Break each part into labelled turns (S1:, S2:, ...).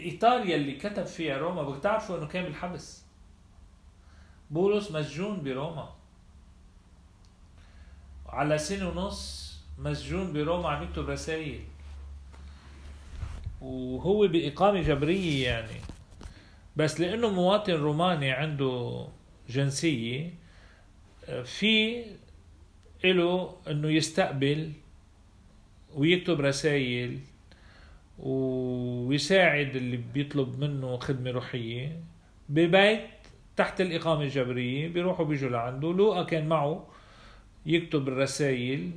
S1: بالإطار يلي كتب فيها روما بتعرفوا أنه كان بالحبس. بولس مسجون بروما على 1.5 سنة مسجون بروما عم يكتب رسائل، وهو بإقامة جبرية يعني، بس لأنه مواطن روماني عنده جنسية في إله أنه يستقبل ويكتب رسائل ويساعد اللي بيطلب منه خدمة روحية ببيت تحت الإقامة الجبرية. بيروحوا بيجوا لعنده. لوقا كان معه يكتب الرسائل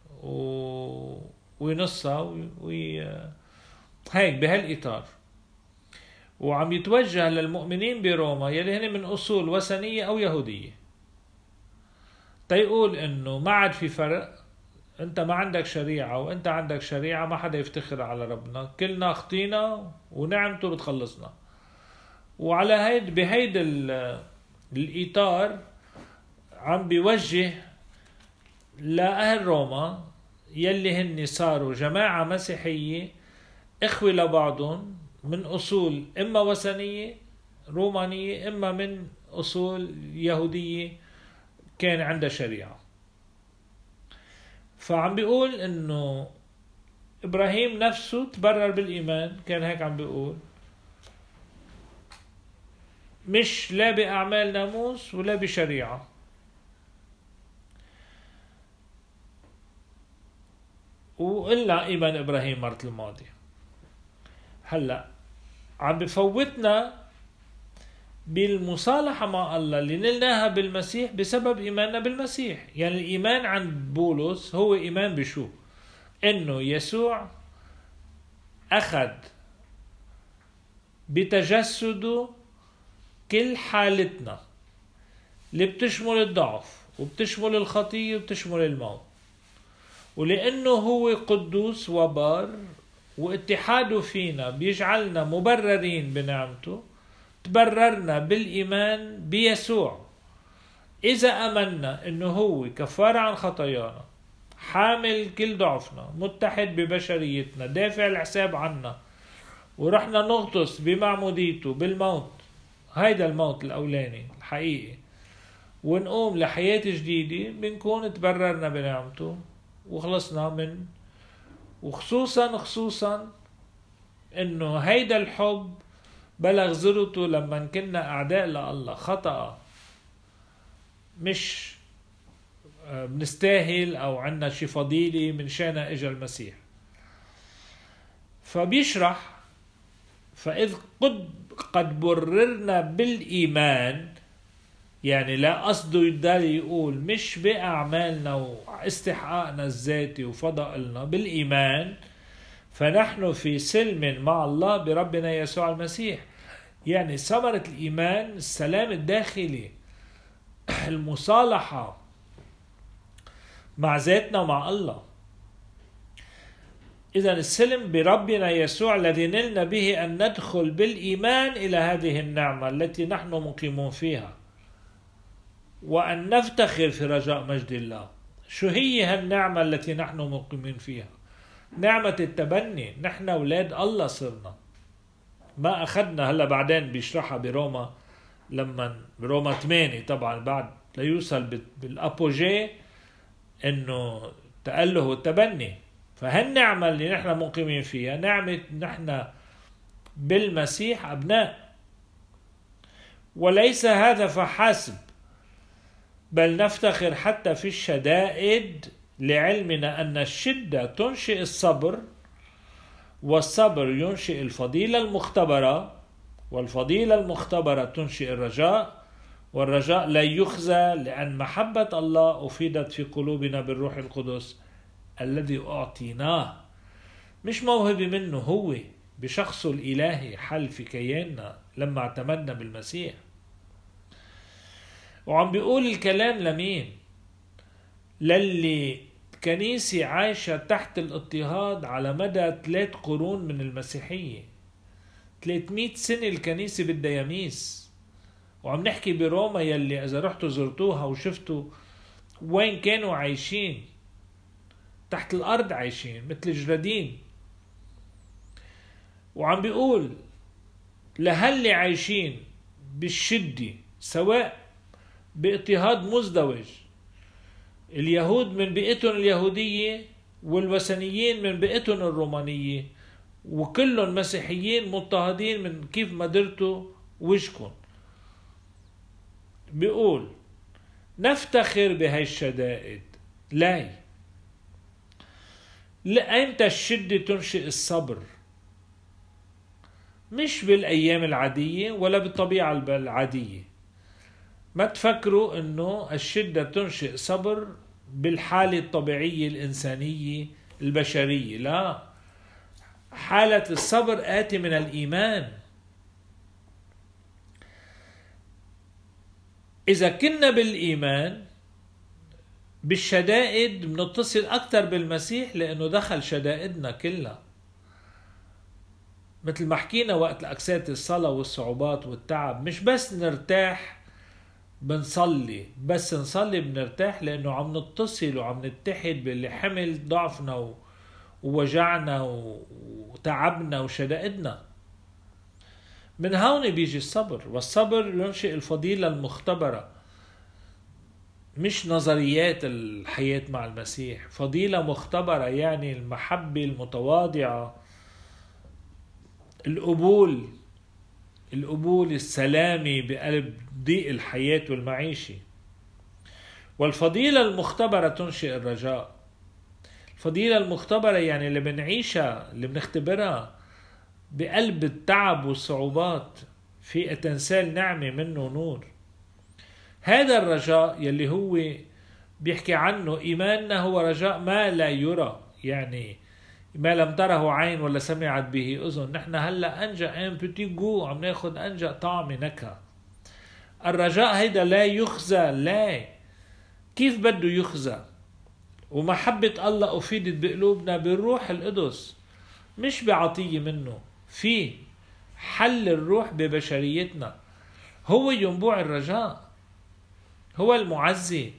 S1: وينصها هيك بهالإطار. وعم يتوجه للمؤمنين بروما يلي هن من أصول وثنية أو يهودية، تيقول إنه ما عاد في فرق، أنت ما عندك شريعة وأنت عندك شريعة، ما حدا يفتخر على ربنا، كلنا خطينا ونعمته بتخلصنا. وعلى بهيد الإطار عم بيوجه لأهل روما يلي هن صاروا جماعة مسيحية إخوة لبعضهم من أصول إما وثنية رومانية إما من أصول يهودية كان عندها شريعة. فعم بيقول إنه إبراهيم نفسه تبرر بالإيمان، كان هيك عم بيقول، مش لا بأعمال ناموس ولا بشريعة. وإلا إيمان إبراهيم مرت الماضي. هلأ عم بفوتنا بالمصالحة مع الله اللي نلناها بالمسيح بسبب إيماننا بالمسيح. يعني الإيمان عند بولس هو إيمان بشو؟ إنه يسوع أخذ بتجسده كل حالتنا اللي بتشمل الضعف وبتشمل الخطية وبتشمل الموت، ولأنه هو قدوس وبار واتحاده فينا بيجعلنا مبررين بنعمته، تبررنا بالإيمان بيسوع. إذا أمنا إنه هو كفار عن خطايانا، حامل كل ضعفنا، متحد ببشريتنا، دافع الحساب عنا، ورحنا نغطس بمعموديته بالموت، هيدا الموت الأولاني الحقيقي، ونقوم لحياة جديدة، بنكون تبررنا بنعمته وخلصنا من. وخصوصا إنه هيدا الحب بلغ ذروته لما كنا أعداء لله خطأ، مش بنستاهل أو عنا شي فضيلة من شأنها إجا المسيح. فبيشرح فإذ قد بررنا بالإيمان، يعني لا قصده يدال يقول مش بأعمالنا واستحقاقنا الذاتي وفضائلنا، بالإيمان فنحن في سلم مع الله بربنا يسوع المسيح. يعني ثمرة الإيمان السلام الداخلي، المصالحة مع ذاتنا ومع الله. إذن السلم بربنا يسوع الذي نلنا به أن ندخل بالإيمان إلى هذه النعمة التي نحن مقيمون فيها، وأن نفتخر في رجاء مجد الله. شو هي هالنعمة التي نحن مقيمين فيها؟ نعمة التبني. نحن أولاد الله صرنا، ما أخذنا. هلا بعدين بيشرحها بروما، لما بروما 8 طبعا بعد لا يوصل بالأبوجي إنه تأله والتبني. فهالنعمة اللي نحن مقيمين فيها نعمة نحن بالمسيح أبناء. وليس هذا فحسب، بل نفتخر حتى في الشدائد، لعلمنا أن الشدة تنشئ الصبر، والصبر ينشئ الفضيلة المختبرة، والفضيلة المختبرة تنشئ الرجاء، والرجاء لا يخزى، لأن محبة الله أفيدت في قلوبنا بالروح القدس الذي أعطيناه. مش موهبة منه، هو بشخصه الإلهي حل في كياننا لما اعتمدنا بالمسيح. وعم بيقول الكلام لمين؟ للي كنيسة عايشة تحت الاضطهاد على مدى 3 قرون من المسيحية. 300 سنة الكنيسة بدها يميس. وعم نحكي بروما يلي إذا رحتوا زرتوها وشفتوا وين كانوا عايشين، تحت الأرض عايشين مثل الجرادين. وعم بيقول لهاللي عايشين بالشدة سواء باضطهاد مزدوج، اليهود من بيئتهم اليهودية والوثنيين من بيئتهم الرومانية، وكلهم مسيحيين مضطهدين من كيف ما درتوا وجهكم. بيقول نفتخر بهاي الشدائد. لا، لأيمتى الشدة تنشئ الصبر؟ مش بالأيام العادية ولا بالطبيعة العادية. ما تفكروا انه الشدة تنشئ صبر بالحالة الطبيعية الإنسانية البشرية. لا، حالة الصبر آتي من الإيمان. إذا كنا بالإيمان بالشدائد بنتصل أكثر بالمسيح، لأنه دخل شدائدنا كلها. مثل ما حكينا وقت الأكسات الصلاة والصعوبات والتعب، مش بس نرتاح بنصلي، بس نصلي بنرتاح لأنه عم نتصل وعم نتحد باللي حمل ضعفنا ووجعنا وتعبنا وشدائدنا. من هون بيجي الصبر، والصبر ينشئ الفضيلة المختبرة، مش نظريات الحياة مع المسيح. فضيلة مختبرة يعني المحبة المتواضعة، القبول السلامي بقلب ضيق الحياة والمعيشة. والفضيلة المختبرة تنشئ الرجاء. الفضيلة المختبرة يعني اللي بنعيشها، اللي بنختبرها بقلب التعب والصعوبات، في تنسال نعمة منه نور. هذا الرجاء يلي هو بيحكي عنه إيماننا هو رجاء ما لا يرى، يعني ما لم تره عين ولا سمعت به أذن. نحن هلأ أنجا ان بتي جو عم ناخد أنجا طعم نكهة. الرجاء هيدا لا يخزى. لا، كيف بده يخزى؟ ومحبة الله أفيدت بقلوبنا بالروح القدس، مش بعطية منه. في حل الروح ببشريتنا، هو ينبوع الرجاء، هو المعزي.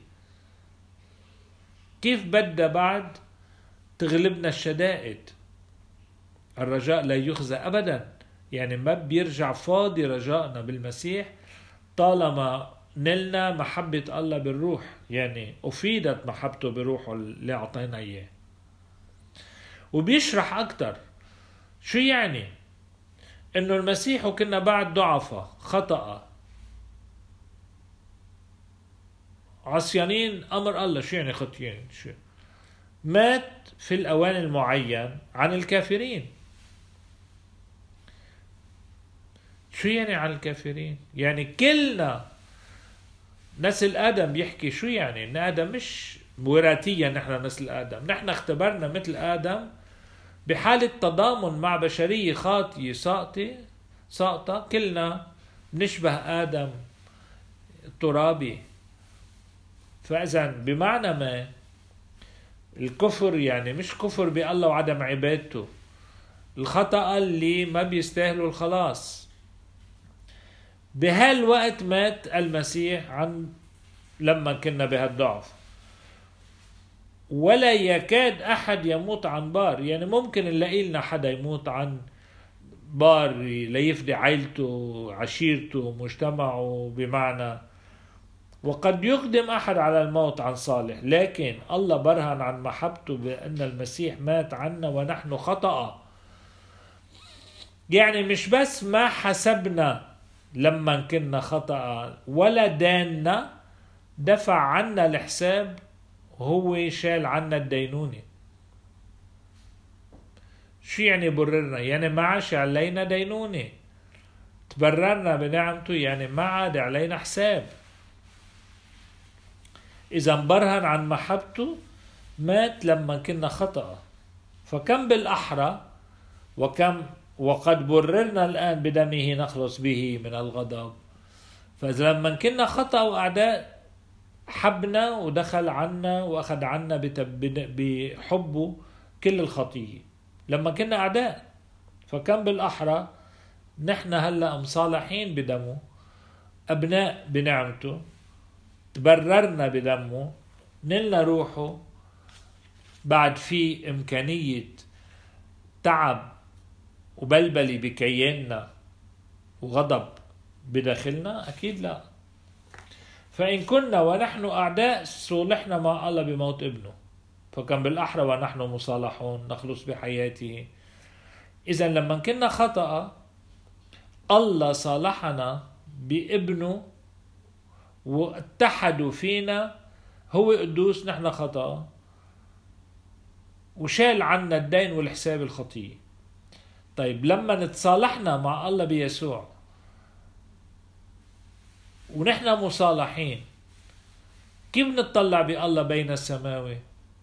S1: كيف بدها بعد تغلبنا الشدائد؟ الرجاء لا يخزى أبدا، يعني ما بيرجع فاضي رجائنا بالمسيح طالما نلنا محبة الله بالروح، يعني أفيدت محبته بروحه اللي أعطينا إياه. وبيشرح أكتر شو يعني إنه المسيح وكنا بعد ضعفة خطأ عصيانين أمر الله. شو يعني خطيين؟ شو مات في الأوان المعين عن الكافرين. شو يعني عن الكافرين؟ يعني كلنا نسل آدم. بيحكي شو يعني إن آدم مش وراثيا نحن نسل آدم، نحن اختبرنا مثل آدم بحالة تضامن مع بشرية خاطئة ساقطة. كلنا بنشبه آدم الترابي. فإذا بمعنى ما الكفر يعني مش كفر بالله وعدم عبادته، الخطأ اللي ما بيستاهلوا الخلاص. بهالوقت مات المسيح عن لما كنا بهالضعف. ولا يكاد أحد يموت عن بار، يعني ممكن نلاقي لنا حدا يموت عن بار ليفدي عائلته عشيرته مجتمعه، بمعنى وقد يقدم أحد على الموت عن صالح. لكن الله برهن عن محبته بأن المسيح مات عنا ونحن خطأ. يعني مش بس ما حسبنا لما كنا خطأ، ولا داننا، دفع عنا الحساب، هو شال عنا الدينونة. شو يعني بررنا؟ يعني ما عاش علينا دينونة. تبررنا بنعمته، يعني ما عاد علينا حساب. إذا برهن عن محبته مات لما كنا خطأ، فكم بالأحرى وقد بررنا الآن بدمه نخلص به من الغضب. فإذا لما كنا خطأ وأعداء حبنا ودخل عنا وأخذ عنا بحبه كل الخطية لما كنا أعداء، فكم بالأحرى نحن هلأ مصالحين بدمه، أبناء بنعمته، تبررنا بدمه، نلنا روحه. بعد في إمكانية تعب وبلبلي بكياننا وغضب بداخلنا؟ أكيد لا. فإن كنا ونحن أعداء صولحنا مع الله بموت ابنه، فكان بالأحرى ونحن مصالحون نخلص بحياته. إذا لما كنا خطأ الله صالحنا بابنه واتحدوا فينا، هو قدوس نحن خطأ، وشال عنا الدين والحساب الخطية. طيب لما نتصالحنا مع الله بيسوع ونحن مصالحين، كيف نتطلع بالله بين السماوي؟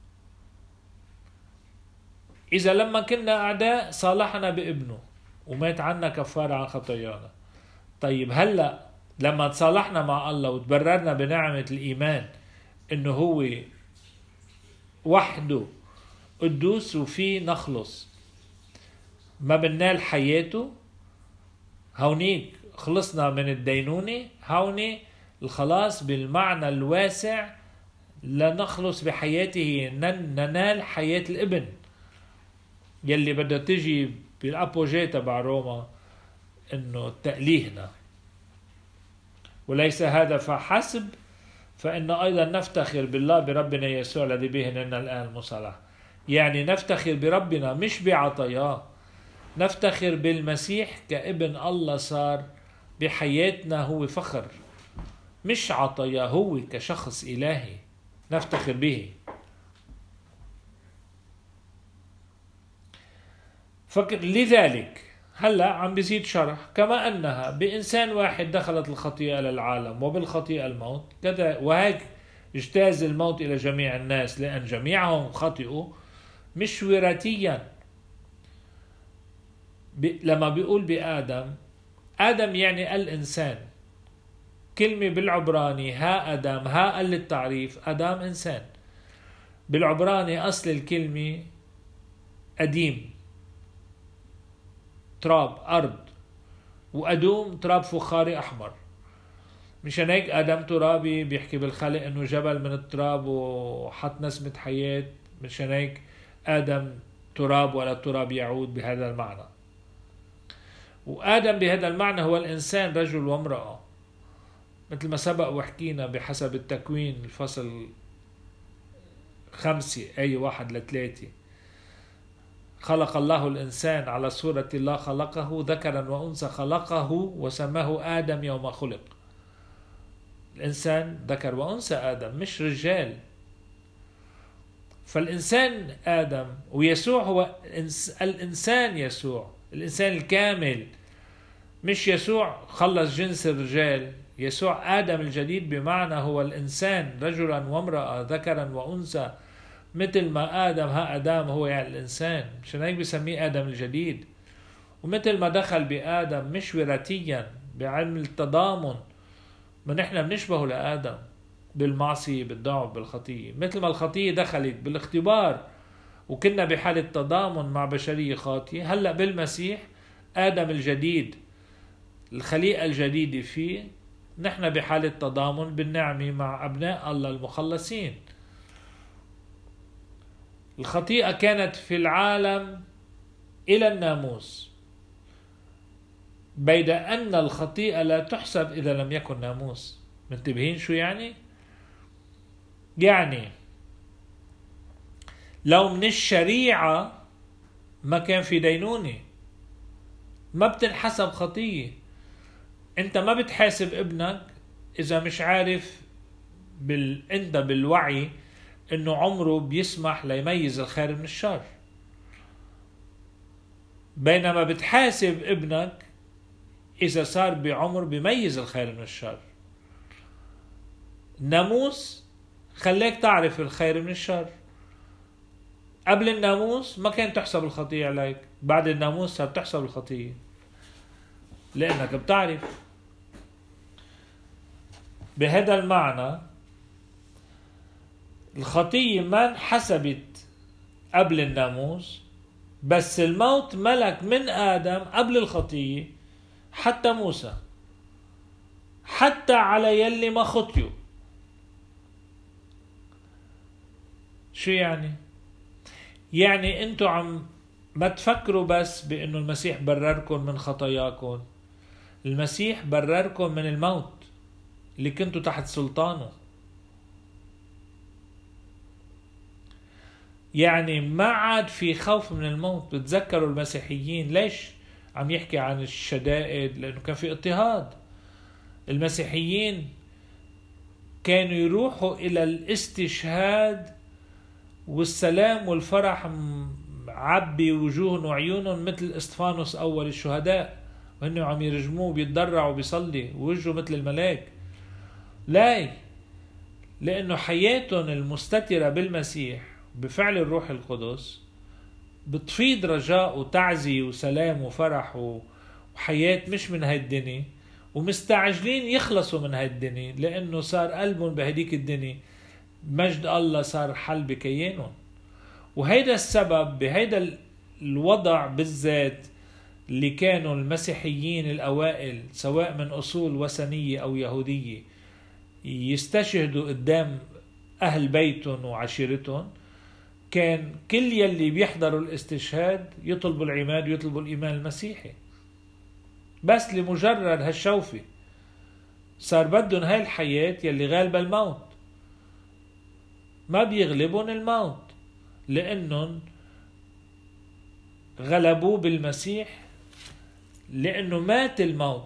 S1: إذا لما كنا أعداء صالحنا بابنه ومات عنا كفارة عن خطايانا. طيب هلأ لما تصالحنا مع الله وتبررنا بنعمة الإيمان إنه هو وحده قدوس وفيه نخلص، ما بننال حياته، هونيك خلصنا من الدينونة. هوني الخلاص بالمعنى الواسع، لنخلص بحياته، ننال حياة الابن يلي بدها تجي بالأبوجيه تبع روما، إنه تأليهنا. وليس هذا فحسب، فإن أيضا نفتخر بالله بربنا يسوع الذي به لنا الآن مصالح. يعني نفتخر بربنا مش بعطاياه، نفتخر بالمسيح كابن الله صار بحياتنا، هو فخر مش عطاياه، هو كشخص إلهي نفتخر به. لذلك هلأ عم بيزيد شرح، كما أنها بإنسان واحد دخلت الخطيئة إلى العالم وبالخطيئة الموت، كذا وهيك اجتاز الموت إلى جميع الناس لأن جميعهم خطئوا. مش وراثيا، لما بيقول بآدم، آدم يعني الإنسان، كلمة بالعبراني ها أدم، ها للتعريف، أدم إنسان. بالعبراني أصل الكلمة أديم، تراب أرض، وأدوم تراب فخاري أحمر. مشان هيك آدم ترابي بيحكي بالخلق إنه جبل من التراب وحط نسمة حياة. مشان هيك آدم تراب ولا تراب يعود بهذا المعنى. وآدم بهذا المعنى هو الإنسان، رجل وامرأة، مثل ما سبق وحكينا بحسب التكوين الفصل 5 آية 1-3. خلق الله الإنسان على صورة الله خلقه، ذكرا وأنثى خلقه وسماه آدم يوم خلق. الإنسان ذكر وأنثى آدم، مش رجال. فالإنسان آدم، ويسوع هو الإنسان، يسوع الإنسان الكامل، مش يسوع خلص جنس الرجال. يسوع آدم الجديد بمعنى هو الإنسان، رجلا وامرأة، ذكرا وأنثى، مثل ما آدم ها أدم هو يعني الإنسان. مشان هيك بسميه آدم الجديد. ومثل ما دخل بآدم مش وراثيا بعلم التضامن، ما نحن بنشبهه لآدم بالمعصية بالضعف بالخطية، مثل ما الخطية دخلت بالاختبار وكنا بحالة تضامن مع بشرية خاطئة. هلأ بالمسيح آدم الجديد، الخليقة الجديدة فيه، نحن بحالة تضامن بالنعمة مع أبناء الله المخلصين. الخطيئة كانت في العالم إلى الناموس، بيد أن الخطيئة لا تحسب إذا لم يكن ناموس. منتبهين شو يعني؟ يعني لو من الشريعة ما كان في دينونة، ما بتنحسب خطية. انت ما بتحاسب ابنك اذا مش عارف انت بالوعي انه عمره بيسمح ليميز الخير من الشر، بينما بتحاسب ابنك اذا صار بعمر بيميز الخير من الشر. الناموس خليك تعرف الخير من الشر. قبل الناموس ما كان تحسب الخطية عليك، بعد الناموس صار تحسب الخطية لأنك بتعرف. بهذا المعنى الخطية ما انحسبت قبل الناموس، بس الموت ملك من آدم قبل الخطية حتى موسى، حتى على يلي ما خطيوا. شو يعني؟ يعني انتوا عم ما تفكروا بس بأنه المسيح برركم من خطاياكم، المسيح برركم من الموت اللي كنتوا تحت سلطانه. يعني ما عاد في خوف من الموت. بتذكروا المسيحيين ليش عم يحكي عن الشدائد؟ لأنه كان في اضطهاد. المسيحيين كانوا يروحوا إلى الاستشهاد والسلام والفرح عبي وجوههم وعيونهم مثل اسطفانوس أول الشهداء، وهنه عم يرجموه بيتضرعوا بيصلي ووجهه مثل الملاك. لا، لأنه حياتهم المستترة بالمسيح بفعل الروح القدس بتفيض رجاء وتعزي وسلام وفرح وحياة مش من هاي الدنيا، ومستعجلين يخلصوا من هاي الدنيا لأنه صار قلبهم بهديك الدنيا مجد الله صار حل بكيانهم. وهيدا السبب بهيدا الوضع بالذات اللي كانوا المسيحيين الأوائل سواء من أصول وثنية أو يهودية يستشهدوا قدام أهل بيتهم وعشيرتهم، كان كل يلي بيحضروا الاستشهاد يطلبوا العماد ويطلبوا الإيمان المسيحي بس لمجرد هالشوفة. صار بدهم هاي الحياة يلي غالبة الموت، ما بيغلبون الموت لأنهم غلبوه بالمسيح، لأنه مات الموت.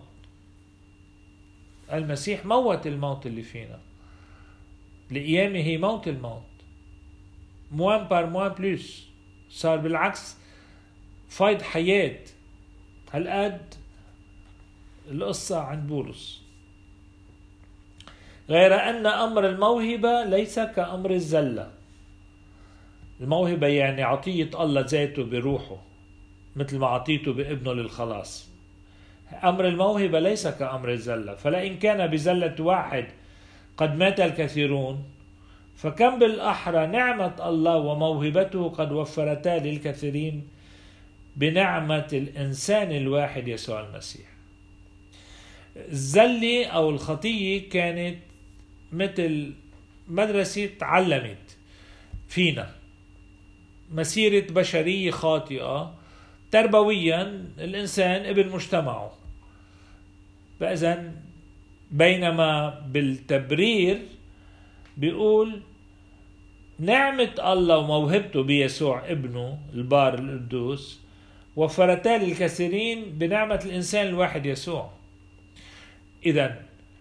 S1: المسيح موت الموت اللي فينا. القيامة هي موت الموت، موان بار موان بلوس. صار بالعكس فايض حياة. هالقد القصة عند بولس. غير أن أمر الموهبة ليس كأمر الزلة. الموهبة يعني عطية الله ذاته بروحه مثل ما عطيته بابنه للخلاص. أمر الموهبة ليس كأمر الزلة، فلئن كان بزلة واحد قد مات الكثيرون، فكم بالأحرى نعمة الله وموهبته قد وفرتا للكثيرين بنعمة الإنسان الواحد يسوع المسيح. الزلة أو الخطية كانت مثل مدرسة علمت فينا مسيرة بشرية خاطئة. تربويا الإنسان ابن مجتمعه، فإذن بينما بالتبرير بيقول نعمة الله وموهبته بيسوع ابنه البار القدوس وفرتا للكثيرين بنعمة الإنسان الواحد يسوع. إذن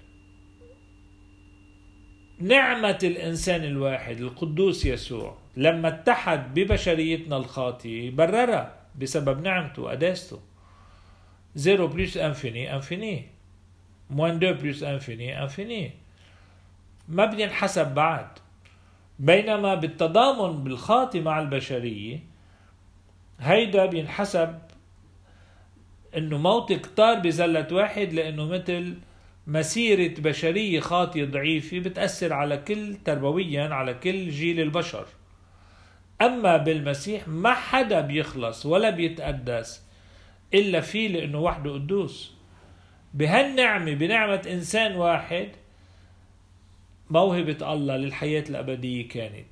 S1: نعمة الإنسان الواحد القدوس يسوع لما اتحد ببشريتنا الخاطئة بررها بسبب نعمته وقداسته. 0 plus infini infini moins 2 plus infini infini ما بينحسب بعد. بينما بالتضامن بالخاطئ مع البشرية هيدا بينحسب انه موت كتار بزلة واحد، لانه مثل مسيرة بشرية خاطئة ضعيفة بتأثر على كل تربويا على كل جيل البشر. أما بالمسيح ما حدا بيخلص ولا بيتقدس إلا فيه، لأنه وحده قدوس. بهالنعمة بنعمة إنسان واحد موهبة الله للحياة الأبدية كانت.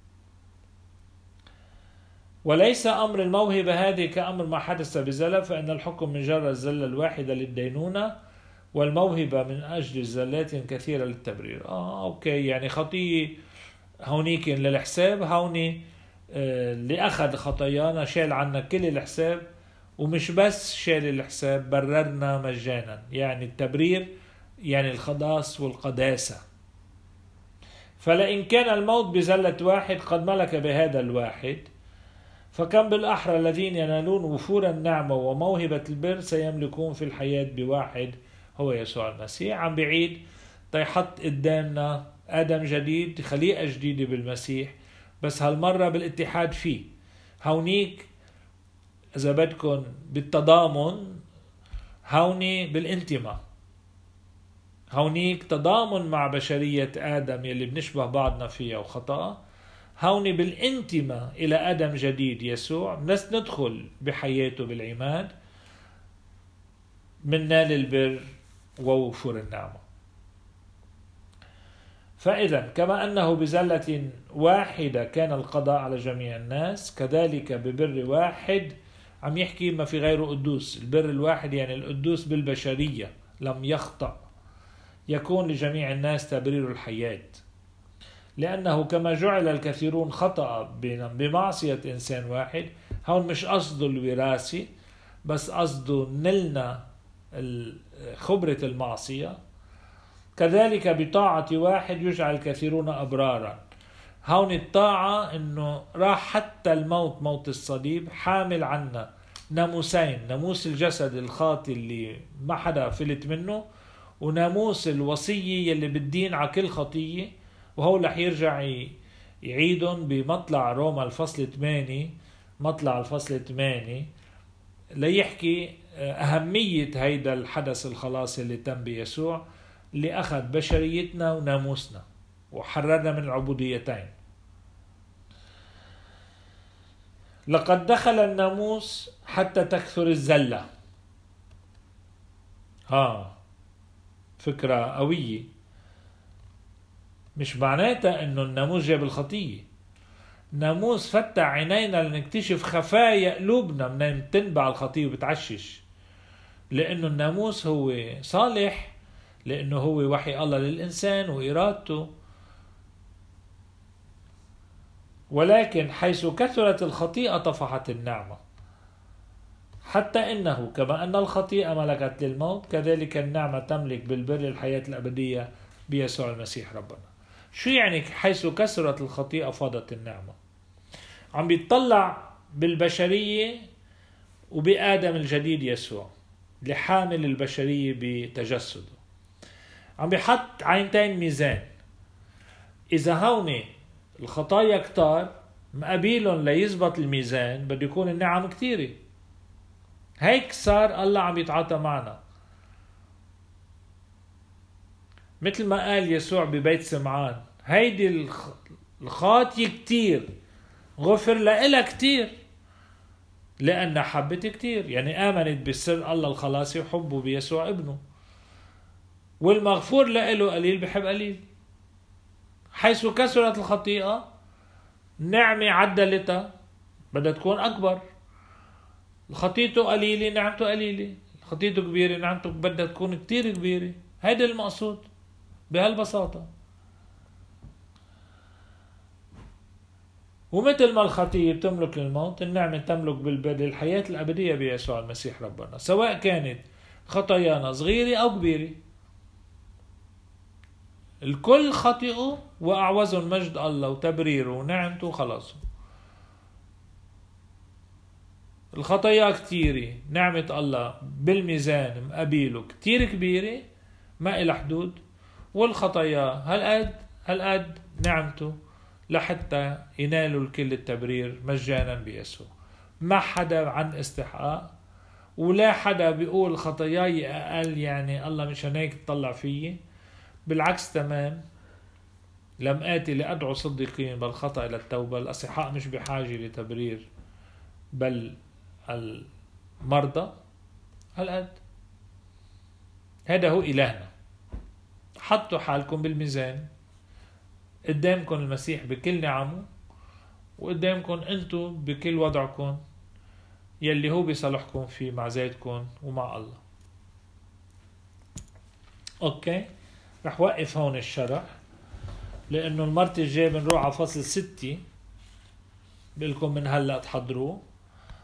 S1: وليس أمر الموهبة هذه كأمر ما حدث بزلة، فإن الحكم من جرى الزلة الواحدة للدينونة والموهبة من أجل زلات كثيرة للتبرير. أوكي، يعني خطية هونيك للحساب، هوني اللي أخذ خطايانا شال عنا كل الحساب، ومش بس شال الحساب بررنا مجانا. يعني التبرير يعني الخلاص والقداسة. فلئن كان الموت بزلة واحد قد ملك بهذا الواحد، فكم بالأحرى الذين ينالون وفور النعمة وموهبة البر سيملكون في الحياة بواحد هو يسوع المسيح. عم بعيد يحط قدامنا آدم جديد، خليقة جديدة بالمسيح، بس هالمرة بالاتحاد فيه. هونيك إذا بدكن بالتضامن، هوني بالانتماء. هونيك تضامن مع بشرية آدم يلي بنشبه بعضنا فيها وخطأ، هوني بالانتماء إلى آدم جديد يسوع بس ندخل بحياته بالعماد من نال البر ووفور النعمة. فإذا كما أنه بزلة واحدة كان القضاء على جميع الناس، كذلك ببر واحد عم يحكي ما في غيره قدوس. البر الواحد يعني القدوس بالبشرية لم يخطأ، يكون لجميع الناس تبرير الحياة. لأنه كما جعل الكثيرون خطأ بمعصية إنسان واحد، هون مش قصده الوراثة، بس قصده نلنا خبرة المعصية، كذلك بطاعة واحد يجعل الكثيرون أبرارا. هون الطاعة إنه راح حتى الموت، موت الصليب، حامل عنا ناموسين: ناموس الجسد الخاطئ اللي ما حدا فلت منه، وناموس الوصية يلي بالدين على كل خطية. وهو رح يرجع يعيدهم بمطلع روما الفصل 8، مطلع الفصل 8 ليحكي أهمية هيدا الحدث الخلاصي اللي تم بيسوع، اللي أخذ بشريتنا وناموسنا وحررنا من العبوديتين. لقد دخل الناموس حتى تكثر الزلة. فكرة قوية. مش معناتها انه الناموس جاب الخطية. ناموس فتح عينينا لنكتشف خفايا قلوبنا من تنبع الخطية وبتعشش. لانه الناموس هو صالح، لانه هو وحي الله للإنسان وإرادته. ولكن حيث كثرت الخطيئة طفحت النعمة، حتى إنه كما أن الخطيئة ملكت للموت، كذلك النعمة تملك بالبر الحياة الأبدية بيسوع المسيح ربنا. شو يعني حيث كثرت الخطيئة فاضت النعمة؟ عم بيطلع بالبشرية وبآدم الجديد يسوع لحامل البشرية بتجسده، عم بيحط عينتين ميزان. إذا هون الخطايا كتار مقابلهم ليزبط الميزان، بده يكون النعم كتيرة. هيك صار الله عم يتعاطى معنا. مثل ما قال يسوع ببيت سمعان: هيدي الخاطية كتير غفر لها كتير لأن حبت كتير. يعني آمنت بسر الله الخلاصي وحبه بيسوع ابنه، والمغفور له قليل بحب قليل. حيث كثرت الخطيئة نعمة عدلتها بدها تكون أكبر. خطيته قليلة نعمته قليلة، خطيته كبيرة نعمته بدها تكون كتير كبيرة. هيدا المقصود بهالبساطة. ومثل ما الخطية بتملك للموت، النعمة تملك بالبر الحياة الأبدية بيسوع المسيح ربنا، سواء كانت خطايانا صغيرة أو كبيرة. الكل خطئوا وأعوزهم مجد الله وتبريره ونعمته وخلاصه. الخطايا كتيرة، نعمة الله بالميزان مقابله كتير كبيرة ما إلى حدود، والخطايا هالقد نعمته لحتى ينالوا الكل التبرير مجانا بيسوع. ما حدا عن استحقاق، ولا حدا بيقول خطاياي أقل يعني الله مش هيك تطلع فيي. بالعكس تمام. لم آتي لأدعو صديقين بل خطأ إلى التوبة. الأصحاء مش بحاجة لتبرير بل المرضى. هالقد هذا هو إلهنا. حطوا حالكم بالميزان، قدامكم المسيح بكل نعمه، وقدامكم انتم بكل وضعكم يلي هو بيصلحكم فيه مع ذاتكم ومع الله. اوكي، رح وقف هون الشرح لانه المرة الجاية بنروح على فصل 6. بقلكم من هلأ تحضروه.